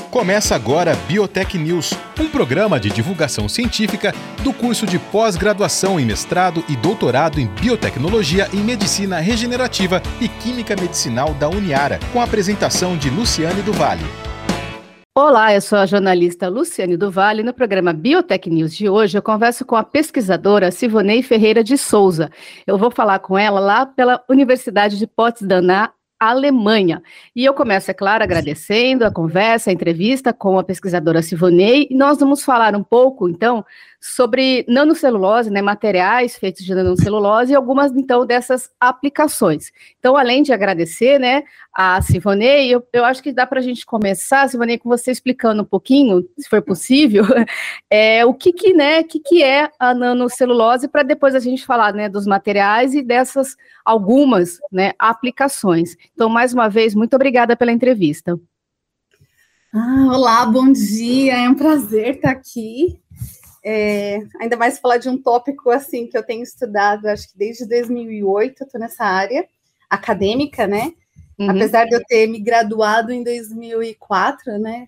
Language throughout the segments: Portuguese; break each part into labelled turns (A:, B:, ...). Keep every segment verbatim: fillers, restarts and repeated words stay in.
A: Começa agora Biotech News, um programa de divulgação científica do curso de pós-graduação em mestrado e doutorado em Biotecnologia e Medicina Regenerativa e Química Medicinal da Uniara, com a apresentação de Luciane do Vale.
B: Olá, eu sou a jornalista Luciane do Vale. No programa Biotech News de hoje, eu converso com a pesquisadora Sivonei Ferreira de Souza. Eu vou falar com ela lá pela Universidade de Potsdam, na Alemanha. E eu começo, é claro, agradecendo a conversa, a entrevista com a pesquisadora Sivonei, e nós vamos falar um pouco, então, sobre nanocelulose, né, materiais feitos de nanocelulose e algumas, então, dessas aplicações. Então, além de agradecer, né, a Sivonei, eu, eu acho que dá para a gente começar, Sivonei, com você explicando um pouquinho, se for possível, é, o que que, né, que que é a nanocelulose, para depois a gente falar, né, dos materiais e dessas algumas, né, aplicações. Então, mais uma vez, muito obrigada pela entrevista.
C: Ah, olá, bom dia, é um prazer estar aqui. É, ainda mais falar de um tópico assim que eu tenho estudado, acho que desde dois mil e oito eu estou nessa área acadêmica, né? Uhum. Apesar de eu ter me graduado em dois mil e quatro, né?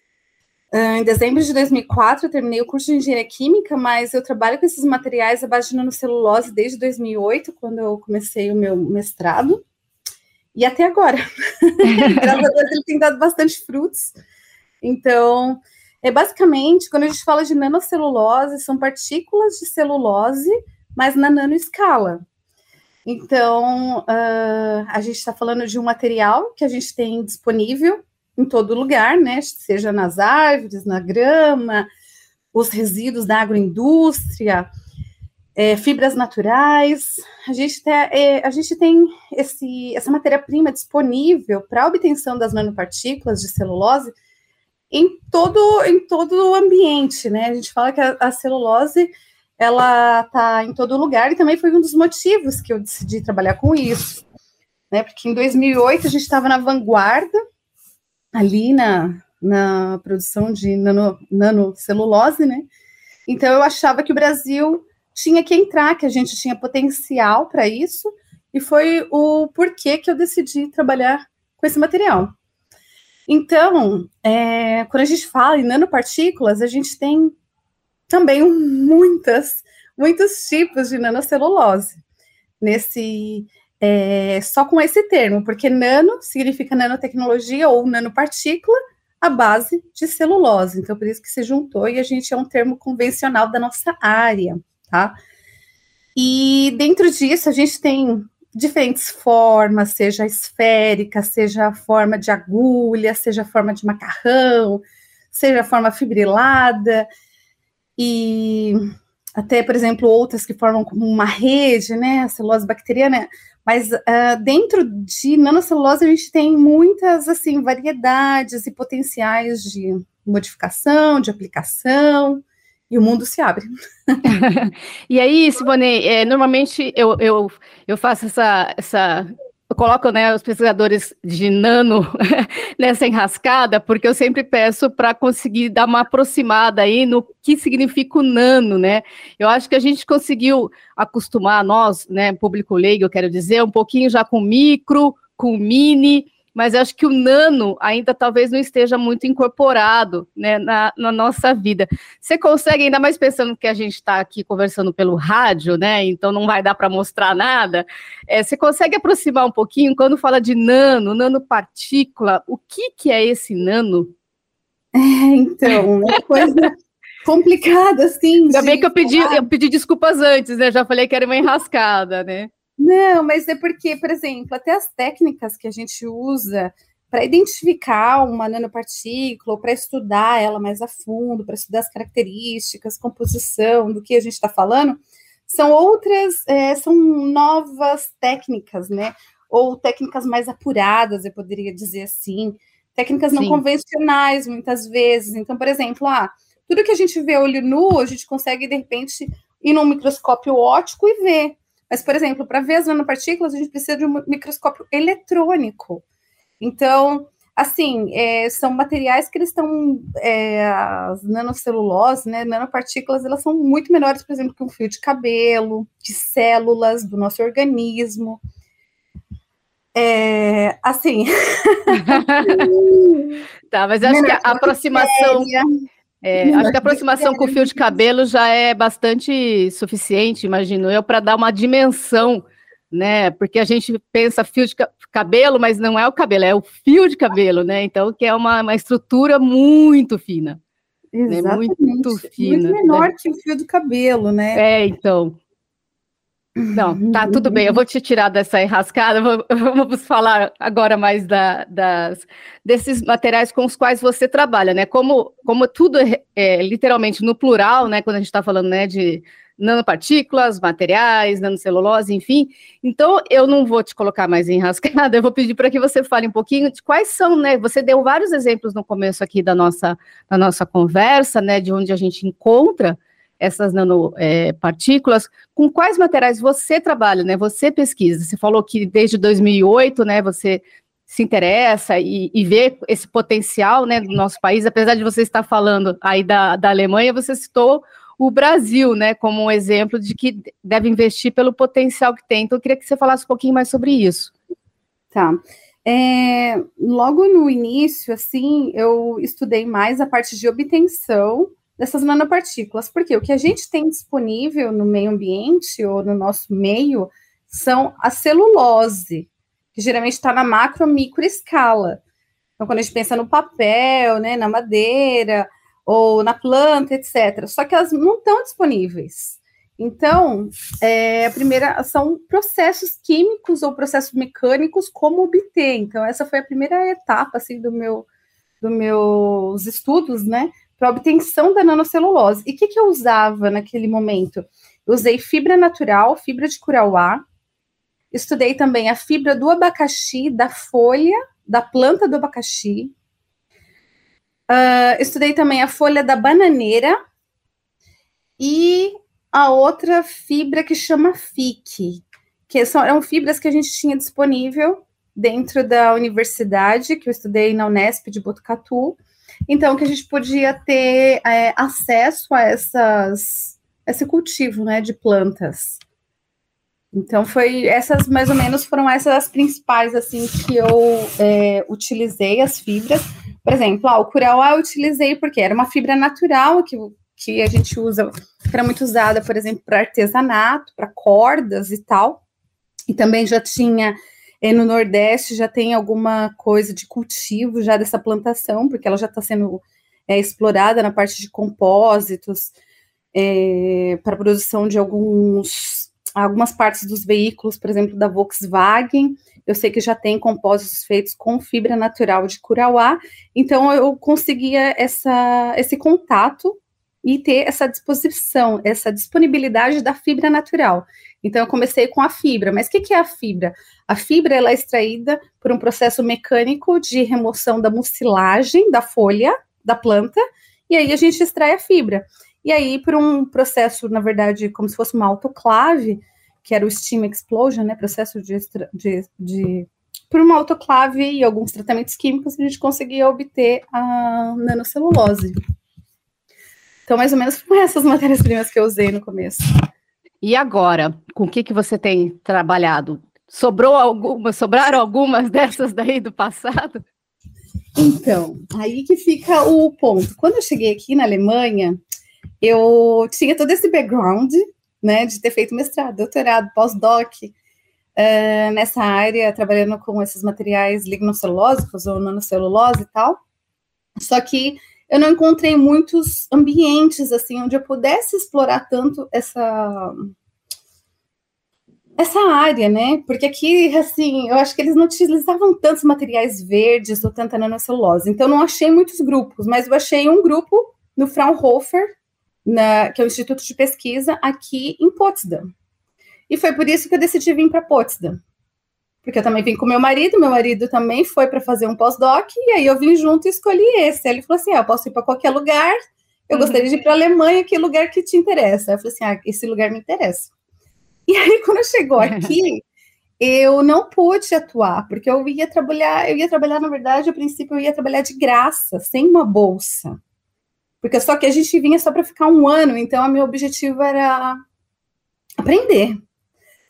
C: Em dezembro de dois mil e quatro eu terminei o curso de Engenharia Química, mas eu trabalho com esses materiais à base de nanocelulose desde dois mil e oito, quando eu comecei o meu mestrado, e até agora. Graças a Deus ele tem dado bastante frutos. Então, é basicamente, quando a gente fala de nanocelulose, são partículas de celulose, mas na nanoescala. Então, uh, a gente está falando de um material que a gente tem disponível em todo lugar, né? Seja nas árvores, na grama, os resíduos da agroindústria, é, fibras naturais. A gente, tá, é, a gente tem esse, essa matéria-prima disponível para a obtenção das nanopartículas de celulose em todo, em todo o ambiente, né? A gente fala que a, a celulose, ela está em todo lugar, e também foi um dos motivos que eu decidi trabalhar com isso, né? Porque em dois mil e oito a gente estava na vanguarda, ali na, na produção de nano, nanocelulose, né? Então eu achava que o Brasil tinha que entrar, que a gente tinha potencial para isso, e foi o porquê que eu decidi trabalhar com esse material. Então, é, quando a gente fala em nanopartículas, a gente tem também muitas, muitos tipos de nanocelulose, nesse, é, só com esse termo, porque nano significa nanotecnologia ou nanopartícula, à base de celulose. Então, por isso que se juntou, e a gente é um termo convencional da nossa área, tá? E dentro disso, a gente tem diferentes formas, seja esférica, seja a forma de agulha, seja a forma de macarrão, seja a forma fibrilada, e até, por exemplo, outras que formam como uma rede, né, a celulose bacteriana, mas uh, dentro de nanocelulose a gente tem muitas, assim, variedades e potenciais de modificação, de aplicação, e o mundo se abre.
B: E aí, Sivonei, é, normalmente eu, eu, eu faço essa, essa, eu coloco, né, os pesquisadores de nano nessa enrascada, porque eu sempre peço para conseguir dar uma aproximada aí no que significa o nano, né? Eu acho que a gente conseguiu acostumar nós, né, público leigo, eu quero dizer, um pouquinho já com micro, com mini, mas eu acho que o nano ainda talvez não esteja muito incorporado, né, na, na nossa vida. Você consegue, ainda mais pensando que a gente está aqui conversando pelo rádio, né, então não vai dar para mostrar nada, é, você consegue aproximar um pouquinho, quando fala de nano, nanopartícula, o que, que é esse nano?
C: É, então, é coisa complicada, assim.
B: Ainda bem que eu pedi, eu pedi desculpas antes, né, já falei que era uma enrascada, né.
C: Não, mas é porque, por exemplo, até as técnicas que a gente usa para identificar uma nanopartícula, ou para estudar ela mais a fundo, para estudar as características, composição, do que a gente está falando, são outras, é, são novas técnicas, né? Ou técnicas mais apuradas, eu poderia dizer assim, técnicas não Sim. convencionais, muitas vezes. Então, por exemplo, ah, tudo que a gente vê olho nu, a gente consegue, de repente, ir num microscópio óptico e ver. Mas, por exemplo, para ver as nanopartículas, a gente precisa de um microscópio eletrônico. Então, assim, é, são materiais que eles estão, é, as nanocelulose, né, nanopartículas, elas são muito menores, por exemplo, que um fio de cabelo, de células do nosso organismo. É, assim...
B: Tá, mas acho que a aproximação... É, acho que a aproximação com o fio de cabelo já é bastante suficiente, imagino eu, para dar uma dimensão, né? Porque a gente pensa fio de cabelo, mas não é o cabelo, é o fio de cabelo, né? Então, que é uma, uma estrutura muito fina.
C: Exatamente.
B: Né? Muito fina.
C: Muito menor
B: né?
C: que o fio do cabelo, né?
B: É, então... Não, tá, tudo bem, eu vou te tirar dessa enrascada, vamos falar agora mais da, das, desses materiais com os quais você trabalha, né, como, como tudo é, é literalmente no plural, né, quando a gente está falando, né, de nanopartículas, materiais, nanocelulose, enfim, então eu não vou te colocar mais enrascada, eu vou pedir para que você fale um pouquinho de quais são, né, você deu vários exemplos no começo aqui da nossa, da nossa conversa, né, de onde a gente encontra essas nanopartículas, é, com quais materiais você trabalha, né? Você pesquisa. Você falou que desde dois mil e oito, né, você se interessa e, e vê esse potencial, né, do nosso país, apesar de você estar falando aí da, da Alemanha, você citou o Brasil, né, como um exemplo de que deve investir pelo potencial que tem. Então, eu queria que você falasse um pouquinho mais sobre isso.
C: Tá. É, logo no início, assim, eu estudei mais a parte de obtenção dessas nanopartículas, porque o que a gente tem disponível no meio ambiente ou no nosso meio são a celulose, que geralmente está na macro, micro escala. Então, quando a gente pensa no papel, né, na madeira, ou na planta, etcétera. Só que elas não estão disponíveis. Então, é, a primeira são processos químicos ou processos mecânicos, como obter. Então, essa foi a primeira etapa, assim, do meu, do meus estudos, né, para a obtenção da nanocelulose. E o que, que eu usava naquele momento? Eu usei fibra natural, fibra de curauá, estudei também a fibra do abacaxi, da folha, da planta do abacaxi, uh, estudei também a folha da bananeira e a outra fibra que chama fique, que são, eram fibras que a gente tinha disponível dentro da universidade, que eu estudei na Unesp de Botucatu. Então, que a gente podia ter é, acesso a essas, esse cultivo, né, de plantas. Então, foi essas, mais ou menos, foram essas as principais, assim, que eu é, utilizei, as fibras. Por exemplo, ah, o curauá eu utilizei porque era uma fibra natural que, que a gente usa, que era muito usada, por exemplo, para artesanato, para cordas e tal. E também já tinha... no Nordeste já tem alguma coisa de cultivo já dessa plantação, porque ela já está sendo é, explorada na parte de compósitos, é, para a produção de alguns, algumas partes dos veículos, por exemplo, da Volkswagen. Eu sei que já tem compósitos feitos com fibra natural de curauá, então eu conseguia essa, esse contato e ter essa disposição, essa disponibilidade da fibra natural. Então, eu comecei com a fibra. Mas o que, que é a fibra? A fibra ela é extraída por um processo mecânico de remoção da mucilagem da folha da planta, e aí a gente extrai a fibra. E aí, por um processo, na verdade, como se fosse uma autoclave, que era o steam explosion, né, processo de, de, de... por uma autoclave e alguns tratamentos químicos, a gente conseguia obter a nanocelulose. Então, mais ou menos, foram essas matérias-primas que eu usei no começo.
B: E agora, com o que, que você tem trabalhado? Sobrou alguma, sobraram algumas dessas daí do passado?
C: Então, aí que fica o ponto. Quando eu cheguei aqui na Alemanha, eu tinha todo esse background, né, de ter feito mestrado, doutorado, pós-doc, uh, nessa área, trabalhando com esses materiais lignocelulósicos ou nanocelulose e tal. Só que eu não encontrei muitos ambientes, assim, onde eu pudesse explorar tanto essa, essa área, né? Porque aqui, assim, eu acho que eles não utilizavam tantos materiais verdes ou tanta nanocelulose. Então, eu não achei muitos grupos, mas eu achei um grupo no Fraunhofer, na, que é o Instituto de Pesquisa, aqui em Potsdam. E foi por isso que eu decidi vir para Potsdam. Porque eu também vim com meu marido, meu marido também foi para fazer um pós-doc, e aí eu vim junto e escolhi esse. Aí ele falou assim, ah, eu posso ir para qualquer lugar, eu uhum. gostaria de ir para a Alemanha, que lugar que te interessa? Aí eu falei assim, ah, esse lugar me interessa. E aí, quando chegou aqui, eu não pude atuar, porque eu ia trabalhar, eu ia trabalhar, na verdade, a princípio, eu ia trabalhar de graça, sem uma bolsa. Porque só que a gente vinha só para ficar um ano, então o meu objetivo era aprender.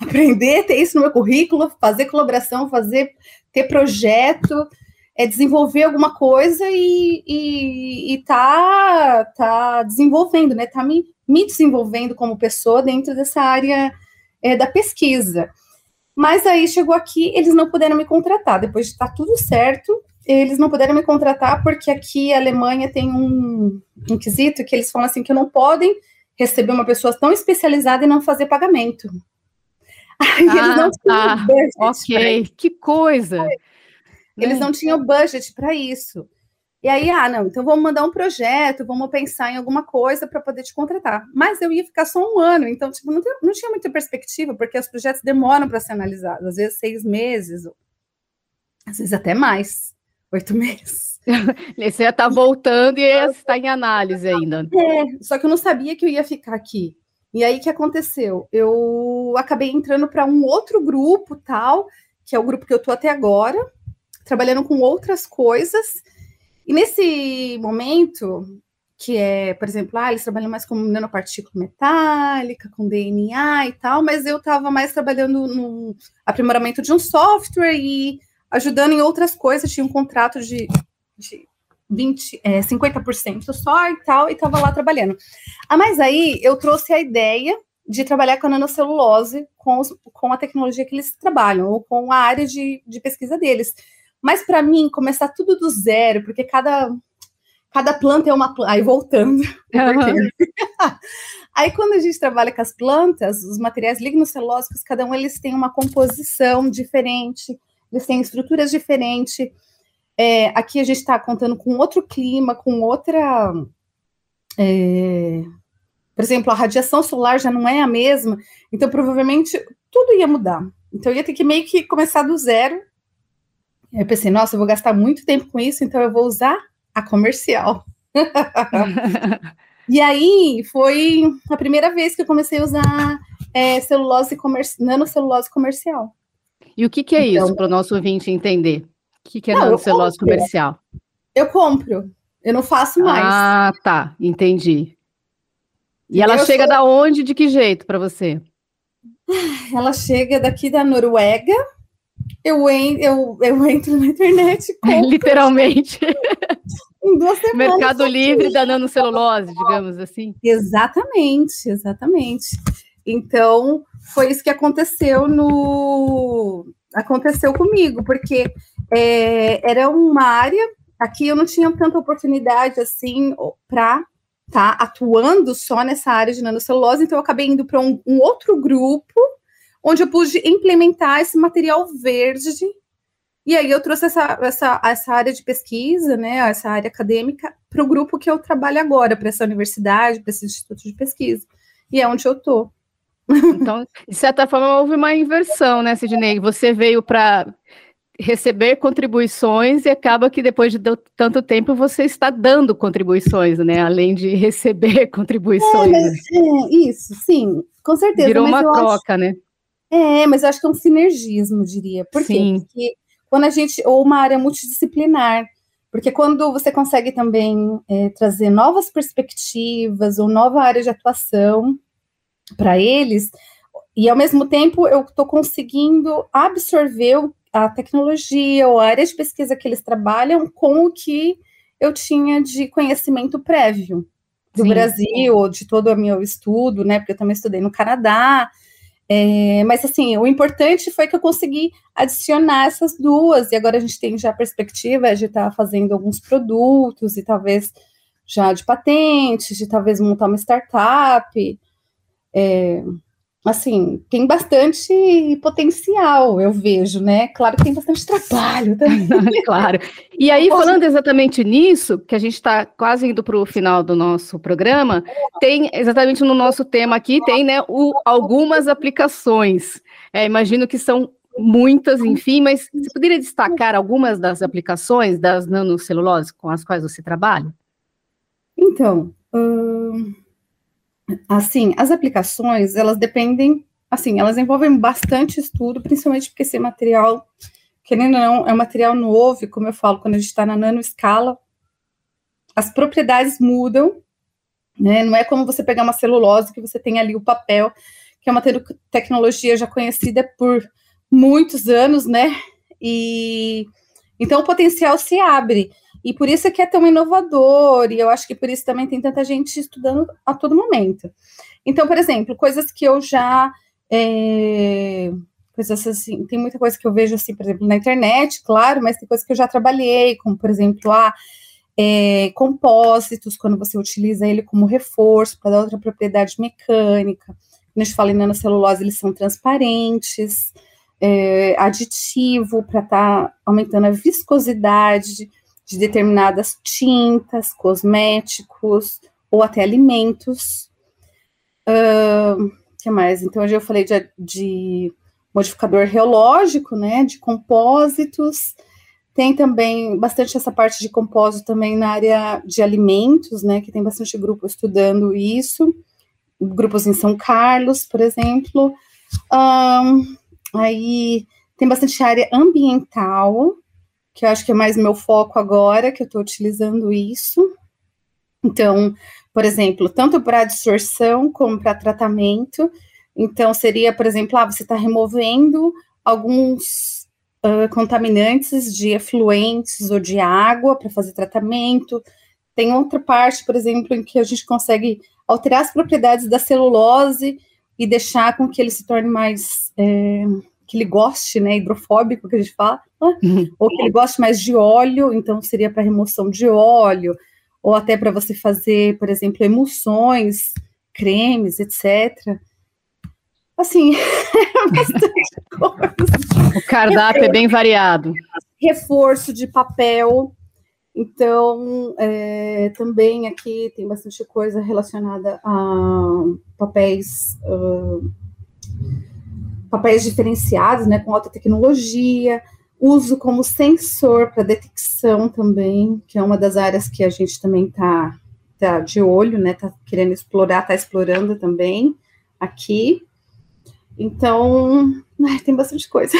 C: aprender, ter isso no meu currículo, fazer colaboração, fazer, ter projeto, é desenvolver alguma coisa e, e, e tá, tá desenvolvendo, né? Tá me, me desenvolvendo como pessoa dentro dessa área é, da pesquisa. Mas aí chegou aqui, eles não puderam me contratar, depois de estar tudo certo, eles não puderam me contratar porque aqui a Alemanha tem um, um quesito que eles falam assim, que não podem receber uma pessoa tão especializada e não fazer pagamento. Aí ah, eles não tinham
B: ah, budget. Ok, que coisa!
C: Eles né? não tinham budget para isso. E aí, ah, não, então vamos mandar um projeto, vamos pensar em alguma coisa para poder te contratar. Mas eu ia ficar só um ano, então, tipo, não, não tinha muita perspectiva, porque os projetos demoram para ser analisados, às vezes seis meses, ou, às vezes até mais, oito meses.
B: Você está voltando e está em análise ainda.
C: É, só que eu não sabia que eu ia ficar aqui. E aí, o que aconteceu? Eu acabei entrando para um outro grupo, tal, que é o grupo que eu estou até agora, trabalhando com outras coisas. E nesse momento, que é, por exemplo, ah, eles trabalham mais com nanopartícula metálica, com D N A e tal, mas eu estava mais trabalhando no aprimoramento de um software e ajudando em outras coisas, tinha um contrato de, de vinte, é, cinquenta por cento só e tal, e estava lá trabalhando. Ah, mas aí eu trouxe a ideia de trabalhar com a nanocelulose, com, os, com a tecnologia que eles trabalham, ou com a área de, de pesquisa deles. Mas para mim, começar tudo do zero, porque cada, cada planta é uma planta. Aí voltando. Uhum. Aí quando a gente trabalha com as plantas, os materiais lignocelulósicos, cada um eles têm uma composição diferente, eles têm estruturas diferentes. É, aqui a gente está contando com outro clima, com outra... É, por exemplo, a radiação solar já não é a mesma, então provavelmente tudo ia mudar. Então eu ia ter que meio que começar do zero. Eu pensei, nossa, eu vou gastar muito tempo com isso, então eu vou usar a comercial. E aí, foi a primeira vez que eu comecei a usar é, celulose comerci- nanocelulose comercial.
B: E o que, que é então, isso, para o nosso ouvinte entender? O que, que é não, nanocelulose eu comercial?
C: Eu compro, eu não faço mais.
B: Ah, tá, entendi. E ela eu chega sou... da onde, de que jeito para você?
C: Ela chega daqui da Noruega. Eu, en eu, eu entro na internet. Compro,
B: literalmente.
C: Em duas semanas.
B: Mercado Livre da nanocelulose, digamos assim.
C: Exatamente, exatamente. Então, foi isso que aconteceu no... aconteceu comigo, porque é, era uma área, aqui eu não tinha tanta oportunidade, assim, para estar tá atuando só nessa área de nanocelulose, então eu acabei indo para um, um outro grupo, onde eu pude implementar esse material verde, e aí eu trouxe essa, essa, essa área de pesquisa, né, essa área acadêmica, para o grupo que eu trabalho agora, para essa universidade, para esse instituto de pesquisa, e é onde eu estou.
B: Então, de certa forma, houve uma inversão, né, Sidney? Você veio para receber contribuições e acaba que depois de tanto tempo você está dando contribuições, né, além de receber contribuições. É,
C: mas, é isso, sim, com certeza.
B: Virou
C: mas
B: uma troca,
C: acho...
B: né?
C: É, mas eu acho que é um sinergismo, diria. Por
B: Sim.
C: quê? Porque quando a gente, ou uma área multidisciplinar, porque quando você consegue também é, trazer novas perspectivas ou nova área de atuação para eles, e ao mesmo tempo eu estou conseguindo absorver a tecnologia ou a área de pesquisa que eles trabalham com o que eu tinha de conhecimento prévio do Sim. Brasil, ou de todo o meu estudo, né, porque eu também estudei no Canadá. É, mas, assim, o importante foi que eu consegui adicionar essas duas, e agora a gente tem já a perspectiva de estar fazendo alguns produtos, e talvez já de patentes, de talvez montar uma startup. É, assim, tem bastante potencial, eu vejo, né? Claro que tem bastante trabalho também.
B: Claro. E aí, falando exatamente nisso, que a gente está quase indo para o final do nosso programa, tem exatamente no nosso tema aqui, tem, né, o, algumas aplicações. É, imagino que são muitas, enfim, mas você poderia destacar algumas das aplicações das nanocelulose com as quais você trabalha?
C: Então, hum... assim, as aplicações, elas dependem, assim, elas envolvem bastante estudo, principalmente porque esse material, querendo ou não, é um material novo, e como eu falo, quando a gente está na nanoescala, as propriedades mudam, né, não é como você pegar uma celulose que você tem ali o papel, que é uma te- tecnologia já conhecida por muitos anos, né? E então o potencial se abre. E por isso é que é tão inovador, e eu acho que por isso também tem tanta gente estudando a todo momento. Então, por exemplo, coisas que eu já... É, coisas assim, tem muita coisa que eu vejo, assim, por exemplo, na internet, claro, mas tem coisas que eu já trabalhei, como, por exemplo, a, é, compósitos, quando você utiliza ele como reforço para dar outra propriedade mecânica. Quando a gente fala em nanocelulose, eles são transparentes, é, aditivo para estar tá aumentando a viscosidade de determinadas tintas, cosméticos ou até alimentos. O uh, que mais? Então, hoje eu falei de, de modificador reológico, né, de compósitos. Tem também bastante essa parte de compósito também na área de alimentos, né, que tem bastante grupo estudando isso. Grupos em São Carlos, por exemplo. Um, aí tem bastante área ambiental, que eu acho que é mais meu foco agora, que eu estou utilizando isso. Então, por exemplo, tanto para absorção como para tratamento. Então, seria, por exemplo, ah, você está removendo alguns uh, contaminantes de efluentes ou de água para fazer tratamento. Tem outra parte, por exemplo, em que a gente consegue alterar as propriedades da celulose e deixar com que ele se torne mais... É, que ele goste, né, hidrofóbico, que a gente fala, uhum. Ou que ele goste mais de óleo, então seria para remoção de óleo, ou até para você fazer, por exemplo, emulsões, cremes, etcétera. Assim, bastante coisa.
B: O cardápio é bem variado.
C: Reforço de papel. Então, é, também aqui tem bastante coisa relacionada a papéis... Uh, papéis diferenciados, né, com alta tecnologia, uso como sensor para detecção também, que é uma das áreas que a gente também está tá de olho, né, está querendo explorar, está explorando também aqui. Então, ai, tem bastante coisa.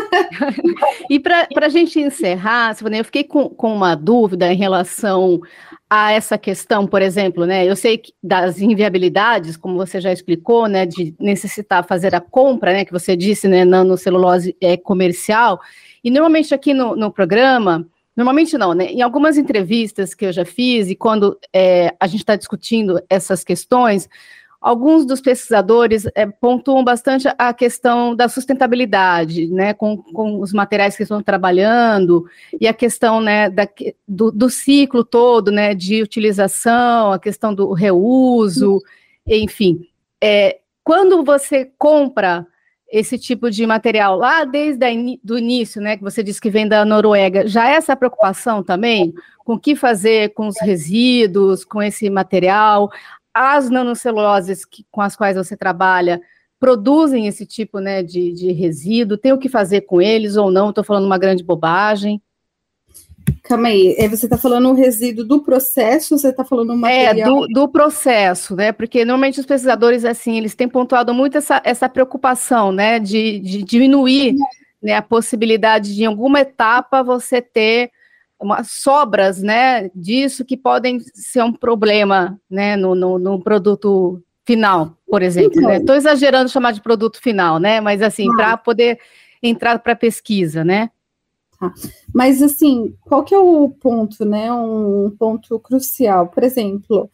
B: E para a gente encerrar, Sivonei, eu fiquei com, com uma dúvida em relação a essa questão, por exemplo, né, eu sei que das inviabilidades, como você já explicou, né, de necessitar fazer a compra, né, que você disse, né, nanocelulose é comercial, e normalmente aqui no, no programa, normalmente não, né, em algumas entrevistas que eu já fiz, e quando é, a gente está discutindo essas questões, alguns dos pesquisadores é, pontuam bastante a questão da sustentabilidade, né, com, com os materiais que estão trabalhando, e a questão, né, da, do, do ciclo todo, né, de utilização, a questão do reuso, enfim. É, quando você compra esse tipo de material lá desde o início, né, que você disse que vem da Noruega, já é essa preocupação também com o que fazer com os resíduos, com esse material? As nanoceluloses que, com as quais você trabalha produzem esse tipo, né, de, de resíduo? Tem o que fazer com eles ou não? Estou falando uma grande bobagem.
C: Calma aí, você está falando o resíduo do processo ou você está falando o material?
B: É, do, do processo, né, porque normalmente os pesquisadores, assim, eles têm pontuado muito essa, essa preocupação, né, de, de diminuir, né, a possibilidade de, em alguma etapa, você ter Uma, sobras, né, disso que podem ser um problema, né, no, no, no produto final, por exemplo, né? Estou exagerando chamar de produto final, né, mas assim, ah. para poder entrar para a pesquisa, né?
C: Tá. Mas assim, qual que é o ponto, né, um ponto crucial? Por exemplo,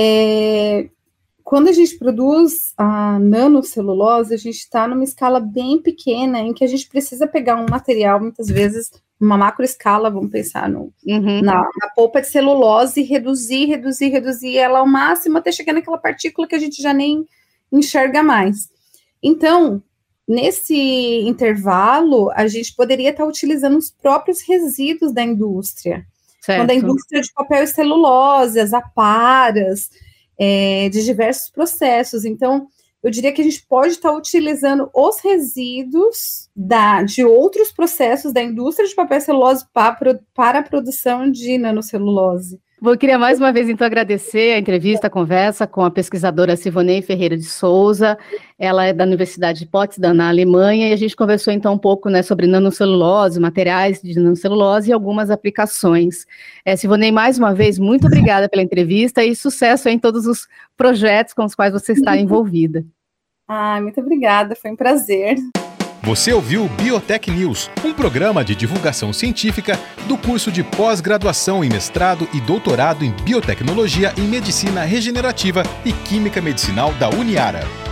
C: é, quando a gente produz a nanocelulose, a gente está numa escala bem pequena, em que a gente precisa pegar um material, muitas vezes, uma macro escala, vamos pensar no, uhum. na, na polpa de celulose, reduzir, reduzir, reduzir ela ao máximo, até chegar naquela partícula que a gente já nem enxerga mais. Então, nesse intervalo, a gente poderia estar utilizando os próprios resíduos da indústria. Certo. Quando a indústria de papel e celulose, as aparas, é, de diversos processos. Então, eu diria que a gente pode estar utilizando os resíduos da, de outros processos da indústria de papel e celulose para, para a produção de nanocelulose.
B: Vou queria mais uma vez, então, agradecer a entrevista, a conversa com a pesquisadora Sivonei Ferreira de Souza. Ela é da Universidade de Potsdam, na Alemanha, e a gente conversou, então, um pouco, né, sobre nanocelulose, materiais de nanocelulose e algumas aplicações. É, Sivonei, mais uma vez, muito obrigada pela entrevista e sucesso em todos os projetos com os quais você está envolvida.
C: Ah, muito obrigada, foi um prazer.
A: Você ouviu o Biotech News, um programa de divulgação científica do curso de pós-graduação em mestrado e doutorado em biotecnologia em medicina regenerativa e química medicinal da Uniara.